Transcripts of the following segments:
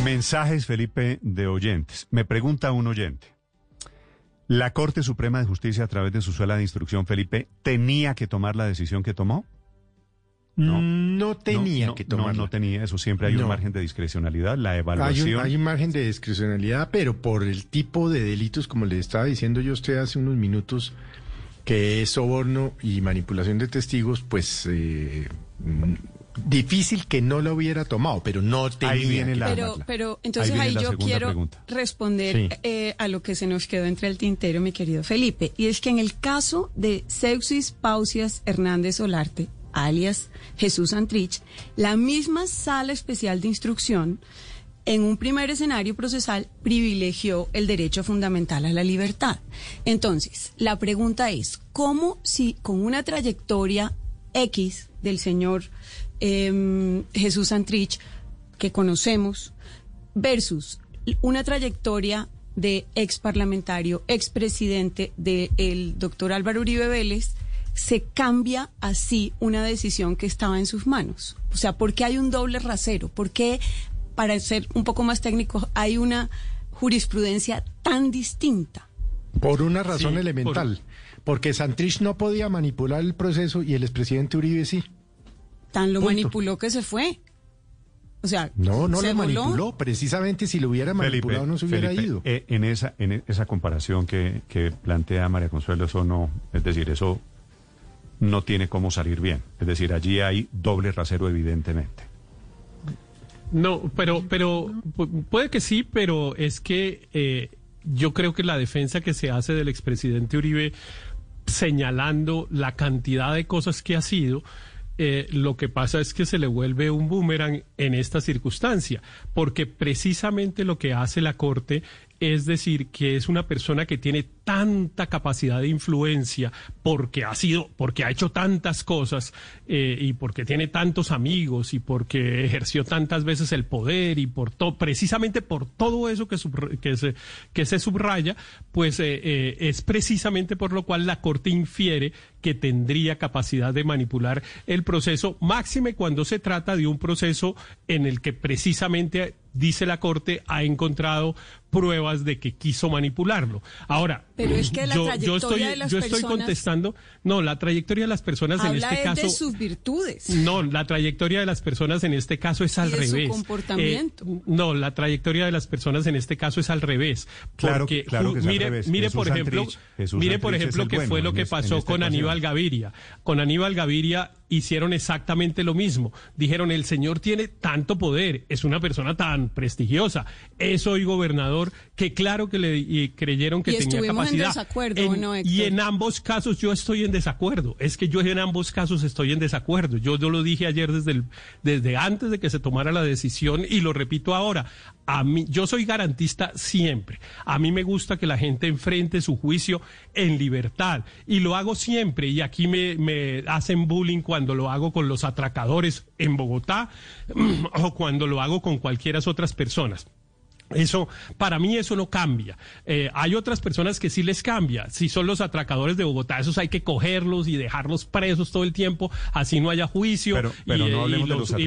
Mensajes, Felipe, de oyentes. Me pregunta un oyente. ¿La Corte Suprema de Justicia, a través de su sala de instrucción, Felipe, tenía que tomar la decisión que tomó? No tenía que tomarla. No tenía eso. Siempre hay un margen de discrecionalidad. La evaluación... Hay un margen de discrecionalidad, pero por el tipo de delitos, como le estaba diciendo yo a usted hace unos minutos, que es soborno y manipulación de testigos, pues... difícil que no lo hubiera tomado, pero no tenía. Ahí viene pero entonces ahí yo quiero responder a lo que se nos quedó entre el tintero, mi querido Felipe, y es que en el caso de Seuxis Pausias Hernández Solarte, alias Jesús Santrich, la misma Sala Especial de Instrucción, en un primer escenario procesal, privilegió el derecho fundamental a la libertad. Entonces, la pregunta es, ¿cómo si con una trayectoria X del señor Jesús Santrich, que conocemos, versus una trayectoria de ex parlamentario, ex presidente del doctor Álvaro Uribe Vélez, se cambia así una decisión que estaba en sus manos? O sea, ¿por qué hay un doble rasero? ¿Por qué, para ser un poco más técnico, hay una jurisprudencia tan distinta? Por una razón elemental, porque Santrich no podía manipular el proceso y el expresidente Uribe sí. Tan lo manipuló que se fue. O sea, no lo manipuló. Precisamente si lo hubiera manipulado no se hubiera ido. En esa comparación que plantea María Consuelo, eso no, es decir, eso no tiene cómo salir bien. Es decir, allí hay doble rasero evidentemente. No, pero puede que sí, pero es que yo creo que la defensa que se hace del expresidente Uribe, señalando la cantidad de cosas que ha sido, lo que pasa es que se le vuelve un boomerang en esta circunstancia, porque precisamente lo que hace la Corte es decir que es una persona que tiene tanta capacidad de influencia porque ha hecho tantas cosas y porque tiene tantos amigos y porque ejerció tantas veces el poder y precisamente por todo eso que se subraya, pues es precisamente por lo cual la Corte infiere que tendría capacidad de manipular el proceso, máxime cuando se trata de un proceso en el que precisamente, dice la Corte, ha encontrado pruebas de que quiso manipularlo. Ahora, pero es que yo estoy contestando, no, la trayectoria de las personas en este caso... de sus virtudes. No, la trayectoria de las personas en este caso es al revés. De su comportamiento. No, la trayectoria de las personas en este caso es al revés. Porque, claro que es al revés. Mire, por ejemplo, qué fue lo que pasó con Aníbal Gaviria. Con Aníbal Gaviria hicieron exactamente lo mismo. Dijeron, el señor tiene tanto poder, es una persona tan prestigiosa, es hoy gobernador, que claro que le creyeron que tenía capacidad. En desacuerdo, ¿no, Héctor? Y en ambos casos yo estoy en desacuerdo. Es que yo en ambos casos estoy en desacuerdo. Yo lo dije ayer desde antes de que se tomara la decisión y lo repito ahora. Yo soy garantista siempre. A mí me gusta que la gente enfrente su juicio en libertad y lo hago siempre. Y aquí me hacen bullying cuando lo hago con los atracadores en Bogotá o cuando lo hago con cualquiera otras personas. Eso, para mí eso no cambia. Hay otras personas que sí les cambia. Si son los atracadores de Bogotá, esos hay que cogerlos y dejarlos presos todo el tiempo, así no haya juicio. Pero no hablemos de los atracadores.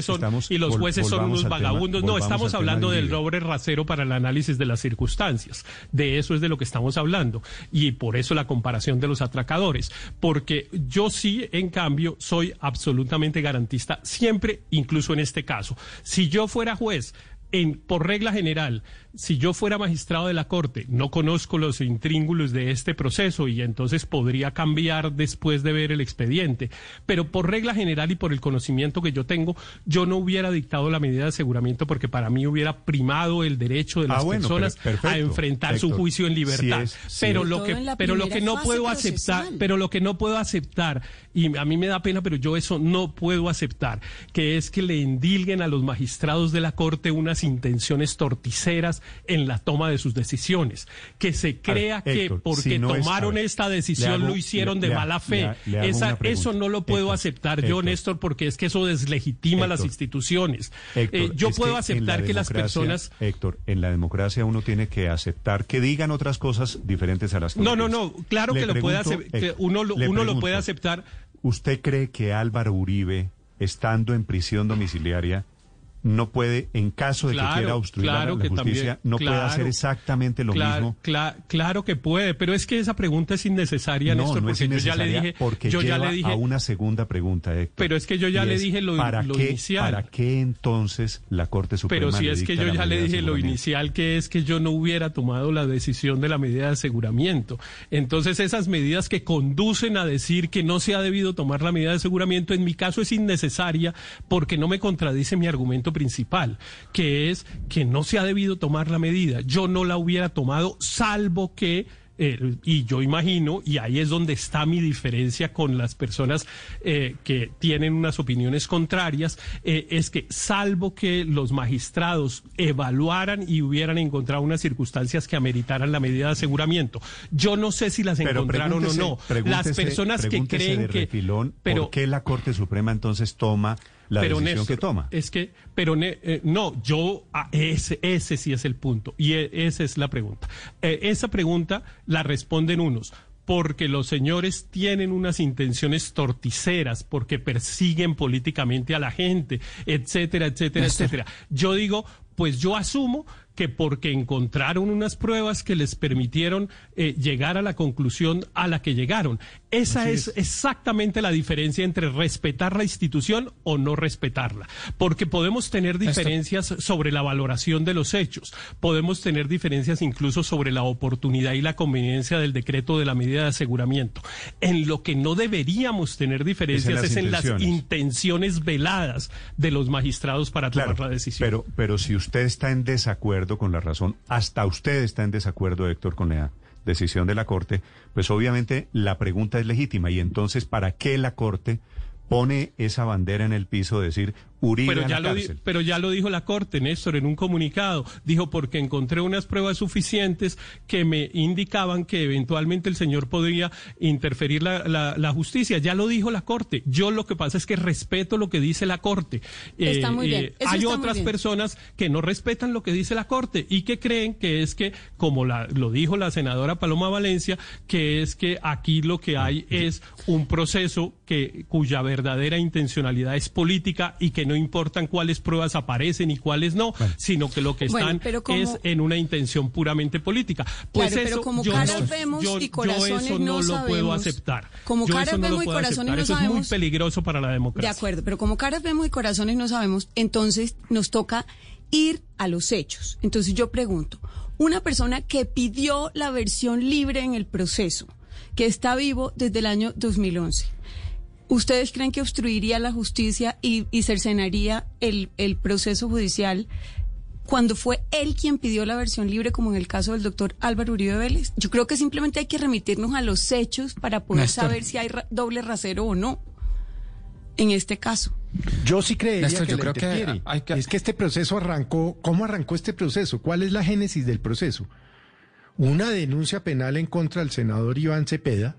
Y los jueces son unos vagabundos. No, estamos hablando del doble doble rasero para el análisis de las circunstancias. De eso es de lo que estamos hablando. Y por eso la comparación de los atracadores. Porque yo sí, en cambio, soy absolutamente garantista siempre, incluso en este caso. Si yo fuera juez, por regla general, si yo fuera magistrado de la Corte, no conozco los intríngulos de este proceso y entonces podría cambiar después de ver el expediente, pero por regla general y por el conocimiento que yo tengo, yo no hubiera dictado la medida de aseguramiento porque para mí hubiera primado el derecho de las personas a enfrentar su juicio en libertad. Pero lo que no puedo aceptar, y a mí me da pena, pero yo eso no puedo aceptar, que es que le endilguen a los magistrados de la Corte unas intenciones torticeras en la toma de sus decisiones, que se crea que porque tomaron esta decisión lo hicieron de mala fe. Eso no lo puedo aceptar yo, Néstor, porque es que eso deslegitima las instituciones. Yo puedo aceptar que las personas... Héctor, en la democracia uno tiene que aceptar que digan otras cosas diferentes a las que No, claro que uno lo puede aceptar. ¿Usted cree que Álvaro Uribe, estando en prisión domiciliaria, no puede, en caso de que quiera obstruir la justicia, también, no puede hacer exactamente lo mismo. Claro que puede, pero es que esa pregunta es innecesaria, Néstor, no es innecesaria, porque yo ya le dije a una segunda pregunta, Héctor. Pero es que yo ya le dije lo inicial. ¿Para qué entonces la Corte Suprema? Pero si es que yo ya le dije lo inicial, que es que yo no hubiera tomado la decisión de la medida de aseguramiento. Entonces, esas medidas que conducen a decir que no se ha debido tomar la medida de aseguramiento, en mi caso es innecesaria porque no me contradice mi argumento principal, que es que no se ha debido tomar la medida. Yo no la hubiera tomado, salvo que y yo imagino, y ahí es donde está mi diferencia con las personas que tienen unas opiniones contrarias, es que salvo que los magistrados evaluaran y hubieran encontrado unas circunstancias que ameritaran la medida de aseguramiento. Yo no sé si las encontraron o no. Las personas que creen de refilón, ¿por qué la Corte Suprema entonces toma la decisión Néstor, que toma? Es que, ese sí es el punto, y esa es la pregunta. Esa pregunta la responden unos porque los señores tienen unas intenciones torticeras, porque persiguen políticamente a la gente, etcétera, etcétera, etcétera. Yo digo, pues yo asumo que porque encontraron unas pruebas que les permitieron llegar a la conclusión a la que llegaron. Esa es exactamente la diferencia entre respetar la institución o no respetarla. Porque podemos tener diferencias sobre la valoración de los hechos, podemos tener diferencias incluso sobre la oportunidad y la conveniencia del decreto de la medida de aseguramiento. En lo que no deberíamos tener diferencias es en las intenciones veladas de los magistrados para tomar la decisión. Pero si usted está en desacuerdo con la razón, hasta usted está en desacuerdo, Héctor, con la decisión de la Corte, pues obviamente la pregunta es legítima. Y entonces, ¿para qué la Corte pone esa bandera en el piso de decir Uribe a la cárcel? Pero ya lo dijo la Corte, Néstor, en un comunicado. Dijo, porque encontré unas pruebas suficientes que me indicaban que eventualmente el señor podría interferir la justicia. Ya lo dijo la Corte. Yo lo que pasa es que respeto lo que dice la Corte. Está muy bien. Hay otras personas que no respetan lo que dice la Corte y que creen que es que, como lo dijo la senadora Paloma Valencia, que es que aquí lo que hay es un proceso cuya verdadera intencionalidad es política y que no importan cuáles pruebas aparecen y cuáles no, sino que lo que están es en una intención puramente política. Pues claro, pero como caras vemos y corazones no lo puedo aceptar. Como caras vemos y corazones no sabemos. Eso es muy peligroso para la democracia. De acuerdo, pero como caras vemos y corazones no sabemos, entonces nos toca ir a los hechos. Entonces yo pregunto, una persona que pidió la versión libre en el proceso, que está vivo desde el año 2011, ¿ustedes creen que obstruiría la justicia y cercenaría el proceso judicial cuando fue él quien pidió la versión libre, como en el caso del doctor Álvaro Uribe Vélez? Yo creo que simplemente hay que remitirnos a los hechos para poder saber si hay doble rasero o no en este caso. Yo sí creería que yo creo que es que este proceso arrancó. ¿Cómo arrancó este proceso? ¿Cuál es la génesis del proceso? Una denuncia penal en contra del senador Iván Cepeda,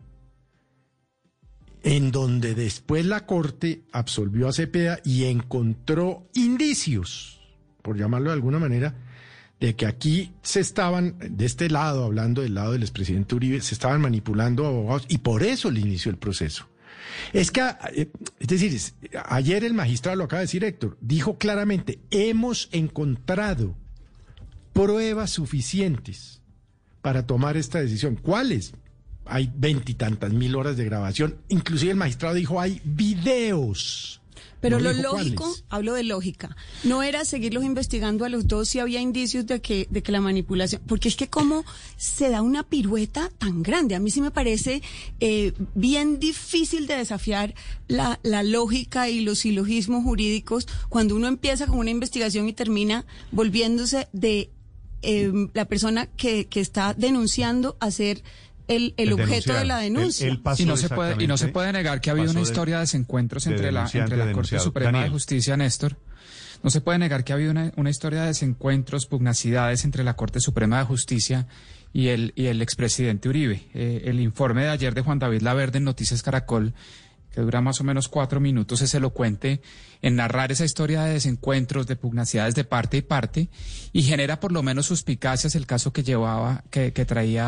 en donde después la Corte absolvió a Cepeda y encontró indicios, por llamarlo de alguna manera, de que aquí se estaban, de este lado, hablando del lado del expresidente Uribe, se estaban manipulando abogados y por eso le inició el proceso. Es decir, ayer el magistrado, lo acaba de decir Héctor, dijo claramente, hemos encontrado pruebas suficientes para tomar esta decisión. ¿Cuáles? Hay 20 y tantas mil horas de grabación. Inclusive el magistrado dijo, hay videos. Pero lo lógico, hablo de lógica, no era seguirlos investigando a los dos si había indicios de que la manipulación, porque es que cómo se da una pirueta tan grande. A mí sí me parece bien difícil de desafiar la lógica y los silogismos jurídicos cuando uno empieza con una investigación y termina volviéndose de la persona que está denunciando a ser el objeto de la denuncia. Y no se puede negar que ha habido una historia de desencuentros entre la Corte Suprema de Justicia, Néstor. No se puede negar que ha habido una historia de desencuentros, pugnacidades entre la Corte Suprema de Justicia y el expresidente Uribe. El informe de ayer de Juan David Laverde en Noticias Caracol, que dura más o menos 4 minutos, es elocuente en narrar esa historia de desencuentros, de pugnacidades de parte y parte, y genera por lo menos suspicacias el caso que traía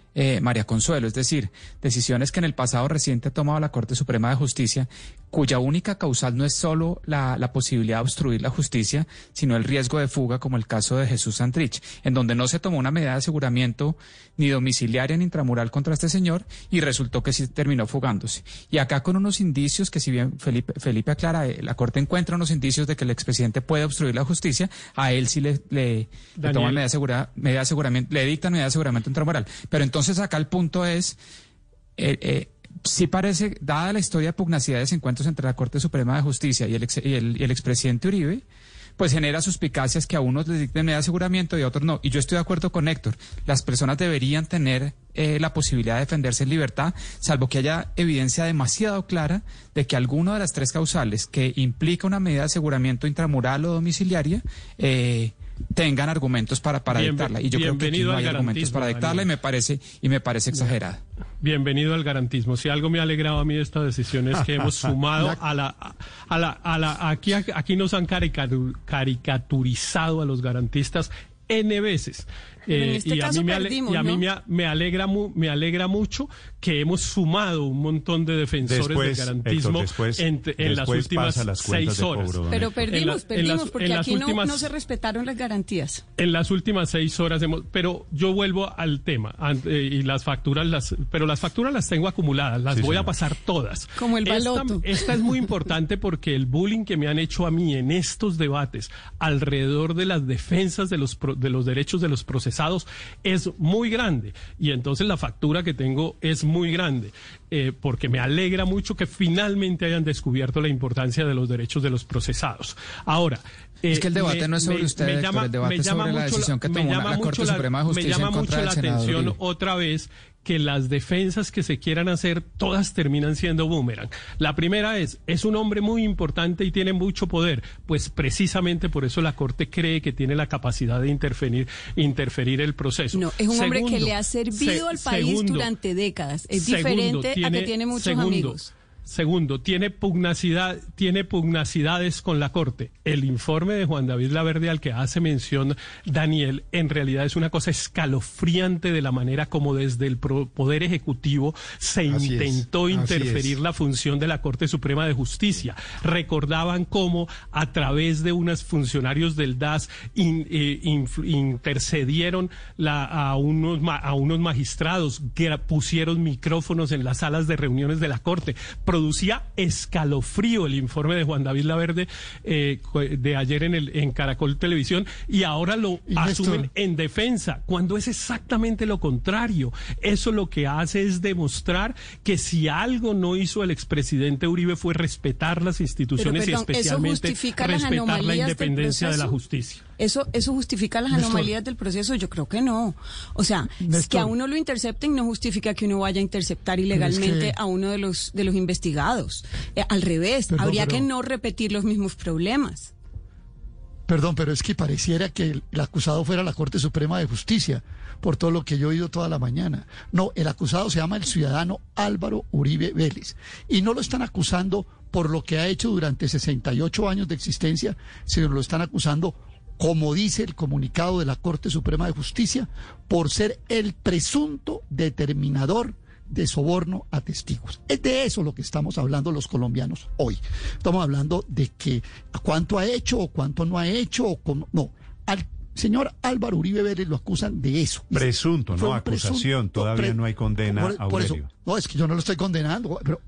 María Consuelo, es decir, decisiones que en el pasado reciente ha tomado la Corte Suprema de Justicia, cuya única causal no es solo la posibilidad de obstruir la justicia, sino el riesgo de fuga, como el caso de Jesús Santrich, en donde no se tomó una medida de aseguramiento ni domiciliaria ni intramural contra este señor y resultó que sí terminó fugándose. Y acá con unos indicios que, si bien Felipe aclara, la Corte encuentra unos indicios de que el expresidente puede obstruir la justicia, a él sí le toman medida de aseguramiento, le dictan medida de aseguramiento intramural. Pero entonces acá el punto es, sí parece, dada la historia de pugnacidad de desencuentros entre la Corte Suprema de Justicia y el expresidente Uribe, pues genera suspicacias que a unos les dicten medida de aseguramiento y a otros no. Y yo estoy de acuerdo con Héctor, las personas deberían tener la posibilidad de defenderse en libertad, salvo que haya evidencia demasiado clara de que alguna de las tres causales que implica una medida de aseguramiento intramural o domiciliaria tengan argumentos para dictarla. Y yo creo que aquí no hay argumentos para dictarla, Daniel. y me parece exagerada. Bienvenido al garantismo. Si algo me ha alegrado a mí de esta decisión es que hemos sumado aquí nos han caricaturizado a los garantistas N veces. En este caso y a mí me alegra mucho que hemos sumado un montón de defensores del garantismo en las últimas 6 horas. Pero perdimos porque aquí no se respetaron las garantías. En las últimas 6 horas pero yo vuelvo al tema y las facturas las tengo acumuladas, las voy a pasar todas. Como el baloto. Esta es muy importante porque el bullying que me han hecho a mí en estos debates alrededor de las defensas de los derechos de los procesados es muy grande, y entonces la factura que tengo es muy grande, porque me alegra mucho que finalmente hayan descubierto la importancia de los derechos de los procesados. Ahora, es que el debate no es sobre ustedes, el debate es sobre la decisión que tomó la Corte Suprema de Justicia en contra del senador. Me llama mucho la atención otra vez que las defensas que se quieran hacer, todas terminan siendo boomerang. La primera es un hombre muy importante y tiene mucho poder, pues precisamente por eso la Corte cree que tiene la capacidad de interferir el proceso. No, es un hombre que le ha servido al país durante décadas. Es diferente a que tiene muchos amigos. Segundo, tiene pugnacidades con la Corte. El informe de Juan David Laverde al que hace mención Daniel, en realidad es una cosa escalofriante de la manera como desde el Poder Ejecutivo se intentó interferir la función de la Corte Suprema de Justicia. Recordaban cómo a través de unos funcionarios del DAS intercedieron a unos magistrados que pusieron micrófonos en las salas de reuniones de la Corte. Producía escalofrío el informe de Juan David Laverde de ayer en Caracol Televisión, y ahora lo asumen en defensa, cuando es exactamente lo contrario. Eso lo que hace es demostrar que si algo no hizo el expresidente Uribe fue respetar las instituciones y especialmente respetar la independencia de la justicia. ¿Eso justifica las anomalías del proceso? Yo creo que no. O sea, que a uno lo intercepten no justifica que uno vaya a interceptar ilegalmente a uno de los investigados. Al revés, habría que no repetir los mismos problemas. Perdón, pero es que pareciera que el acusado fuera la Corte Suprema de Justicia, por todo lo que yo he oído toda la mañana. No, el acusado se llama el ciudadano Álvaro Uribe Vélez, y no lo están acusando por lo que ha hecho durante 68 años de existencia, sino lo están acusando, como dice el comunicado de la Corte Suprema de Justicia, por ser el presunto determinador de soborno a testigos. Es de eso lo que estamos hablando los colombianos hoy. Estamos hablando de que cuánto ha hecho o cuánto no ha hecho o cómo. No, al señor Álvaro Uribe Vélez lo acusan de eso. Presunto, no acusación. Todavía no hay condena, Aurelio. Por eso, no, es que yo no lo estoy condenando, pero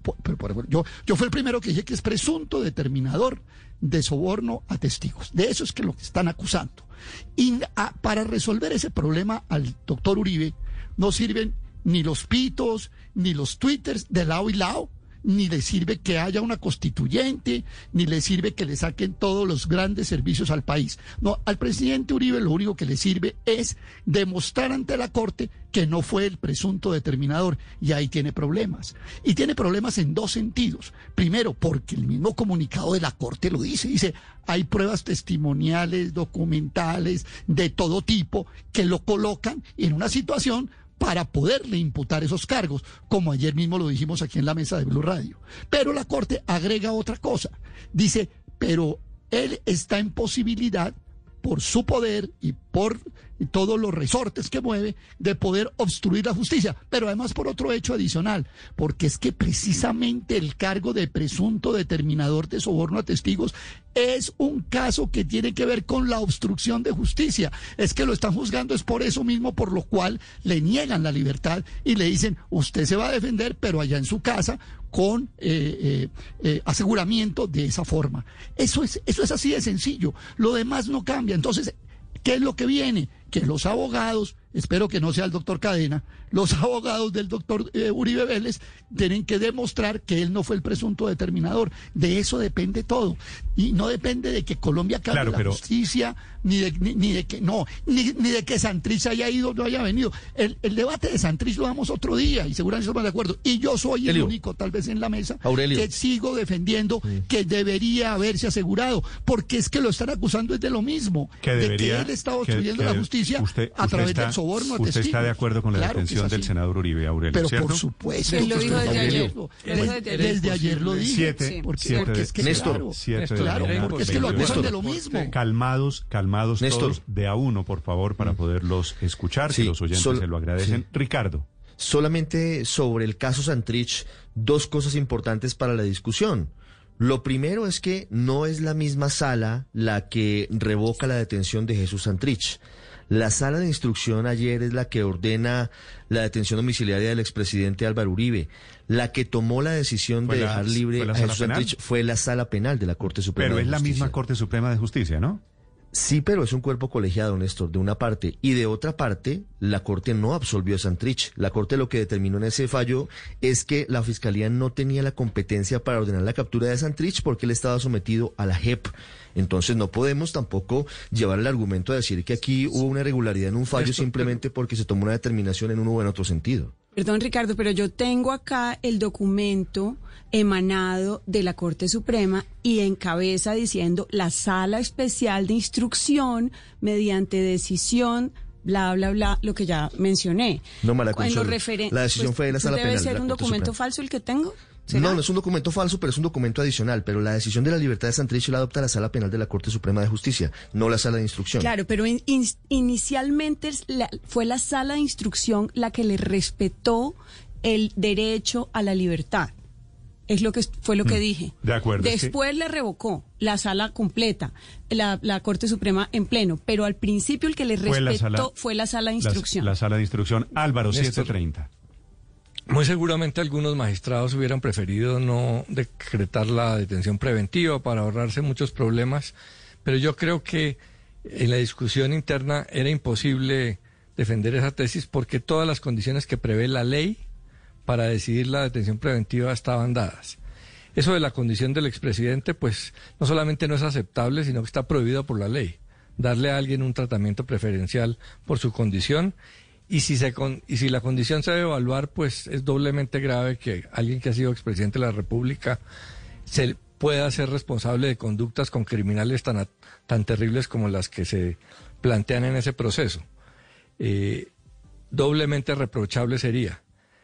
yo fui el primero que dije que es presunto determinador de soborno a testigos. De eso es que lo que están acusando. Y para resolver ese problema al doctor Uribe no sirven ni los pitos, ni los twitters de lado y lado, ni le sirve que haya una constituyente, ni le sirve que le saquen todos los grandes servicios al país. No, al presidente Uribe lo único que le sirve es demostrar ante la Corte que no fue el presunto determinador, y ahí tiene problemas. Y tiene problemas en dos sentidos. Primero, porque el mismo comunicado de la Corte lo dice, hay pruebas testimoniales, documentales, de todo tipo, que lo colocan en una situación para poderle imputar esos cargos, como ayer mismo lo dijimos aquí en la mesa de Blue Radio. Pero la Corte agrega otra cosa. Dice, pero él está en posibilidad, por su poder y por todos los resortes que mueve de poder obstruir la justicia, pero además por otro hecho adicional, porque es que precisamente el cargo de presunto determinador de soborno a testigos es un caso que tiene que ver con la obstrucción de justicia. Es que lo están juzgando, es por eso mismo por lo cual le niegan la libertad y le dicen, usted se va a defender, pero allá en su casa, con aseguramiento de esa forma. Eso es así de sencillo. Lo demás no cambia. Entonces, ¿qué es lo que viene? Que los abogados, espero que no sea el doctor Cadena, los abogados del doctor Uribe Vélez tienen que demostrar que él no fue el presunto determinador. De eso depende todo. Y no depende de que Colombia cambie la justicia, ni de que Santrich haya ido o no haya venido. El debate de Santrich lo damos otro día y seguramente estamos de acuerdo. Y yo soy el único, tal vez en la mesa, que sigo defendiendo que debería haberse asegurado, porque es que lo están acusando es de lo mismo, de que él está obstruyendo la justicia a través del soborno a testigos. ¿Usted está de acuerdo con la detención del senador Uribe, Aurelio? Pero ¿cierto? Por supuesto. Él lo dijo desde ayer. Desde ayer lo dije. Porque es que Néstor, claro, porque es que lo acusan de lo mismo. Calmados Néstor, todos, de a uno, por favor, para poderlos escuchar, si los oyentes se lo agradecen. Ricardo. Solamente sobre el caso Santrich, dos cosas importantes para la discusión. Lo primero es que no es la misma sala la que revoca la detención de Jesús Santrich. La sala de instrucción ayer es la que ordena la detención domiciliaria del expresidente Álvaro Uribe. La que tomó la decisión de dejar libre a Jesús Santrich fue la sala penal de la Corte Suprema de Justicia. Pero es la misma Corte Suprema de Justicia, ¿no? Sí, pero es un cuerpo colegiado, Néstor, de una parte. Y de otra parte, la Corte no absolvió a Santrich. La Corte lo que determinó en ese fallo es que la Fiscalía no tenía la competencia para ordenar la captura de Santrich porque él estaba sometido a la JEP. Entonces no podemos tampoco llevar el argumento a decir que aquí hubo una irregularidad en un fallo simplemente porque se tomó una determinación en uno o en otro sentido. Perdón, Ricardo, pero yo tengo acá el documento emanado de la Corte Suprema y encabeza diciendo la Sala Especial de Instrucción mediante decisión, bla, bla, bla, lo que ya mencioné. No, Mara Consuelo, la decisión fue de la Sala Penal. ¿Debe ser un documento falso el que tengo? ¿Será? No es un documento falso, pero es un documento adicional. Pero la decisión de la libertad de Santrich la adopta la Sala Penal de la Corte Suprema de Justicia, no la Sala de Instrucción. Claro, pero inicialmente fue la Sala de Instrucción la que le respetó el derecho a la libertad. Fue lo que dije. De acuerdo. Después le revocó la sala completa, la Corte Suprema en pleno, pero al principio el que le respetó fue la Sala de Instrucción. La Sala de Instrucción. Álvaro, 7:30. Muy seguramente algunos magistrados hubieran preferido no decretar la detención preventiva para ahorrarse muchos problemas, pero yo creo que en la discusión interna era imposible defender esa tesis porque todas las condiciones que prevé la ley para decidir la detención preventiva estaban dadas. Eso de la condición del expresidente, pues no solamente no es aceptable, sino que está prohibido por la ley. Darle a alguien un tratamiento preferencial por su condición. Y si la condición se debe evaluar, pues es doblemente grave que alguien que ha sido expresidente de la República se pueda ser responsable de conductas con criminales tan terribles como las que se plantean en ese proceso. Doblemente reprochable sería.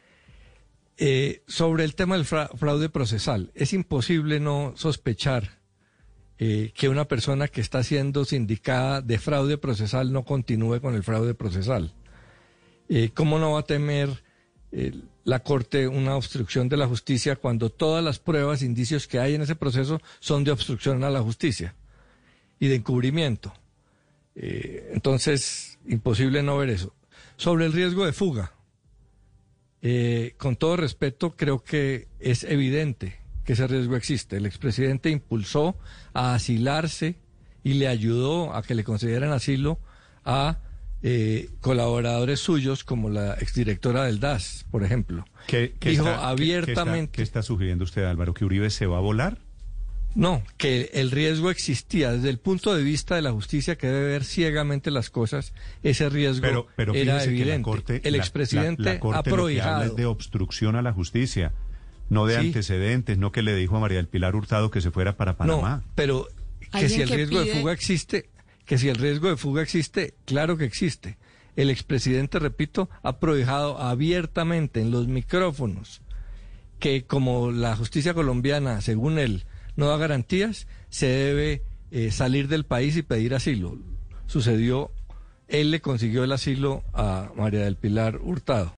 Sobre el tema del fraude procesal, es imposible no sospechar que una persona que está siendo sindicada de fraude procesal no continúe con el fraude procesal. ¿Cómo no va a temer la Corte una obstrucción de la justicia cuando todas las pruebas, indicios que hay en ese proceso son de obstrucción a la justicia y de encubrimiento? Entonces, imposible no ver eso. Sobre el riesgo de fuga, con todo respeto, creo que es evidente que ese riesgo existe. El expresidente impulsó a asilarse y le ayudó a que le concedieran asilo a colaboradores suyos como la exdirectora del DAS, por ejemplo. Dijo abiertamente... ¿Qué está sugiriendo usted, Álvaro? ¿Que Uribe se va a volar? No, que el riesgo existía. Desde el punto de vista de la justicia, que debe ver ciegamente las cosas, ese riesgo pero era evidente. La Corte, el expresidente la Corte ha prohijado. Lo que de obstrucción a la justicia, no de antecedentes, no que le dijo a María del Pilar Hurtado que se fuera para Panamá. No, pero que si el riesgo de fuga existe... Que si el riesgo de fuga existe, claro que existe. El expresidente, repito, ha prohijado abiertamente en los micrófonos que como la justicia colombiana, según él, no da garantías, se debe salir del país y pedir asilo. Sucedió Él le consiguió el asilo a María del Pilar Hurtado.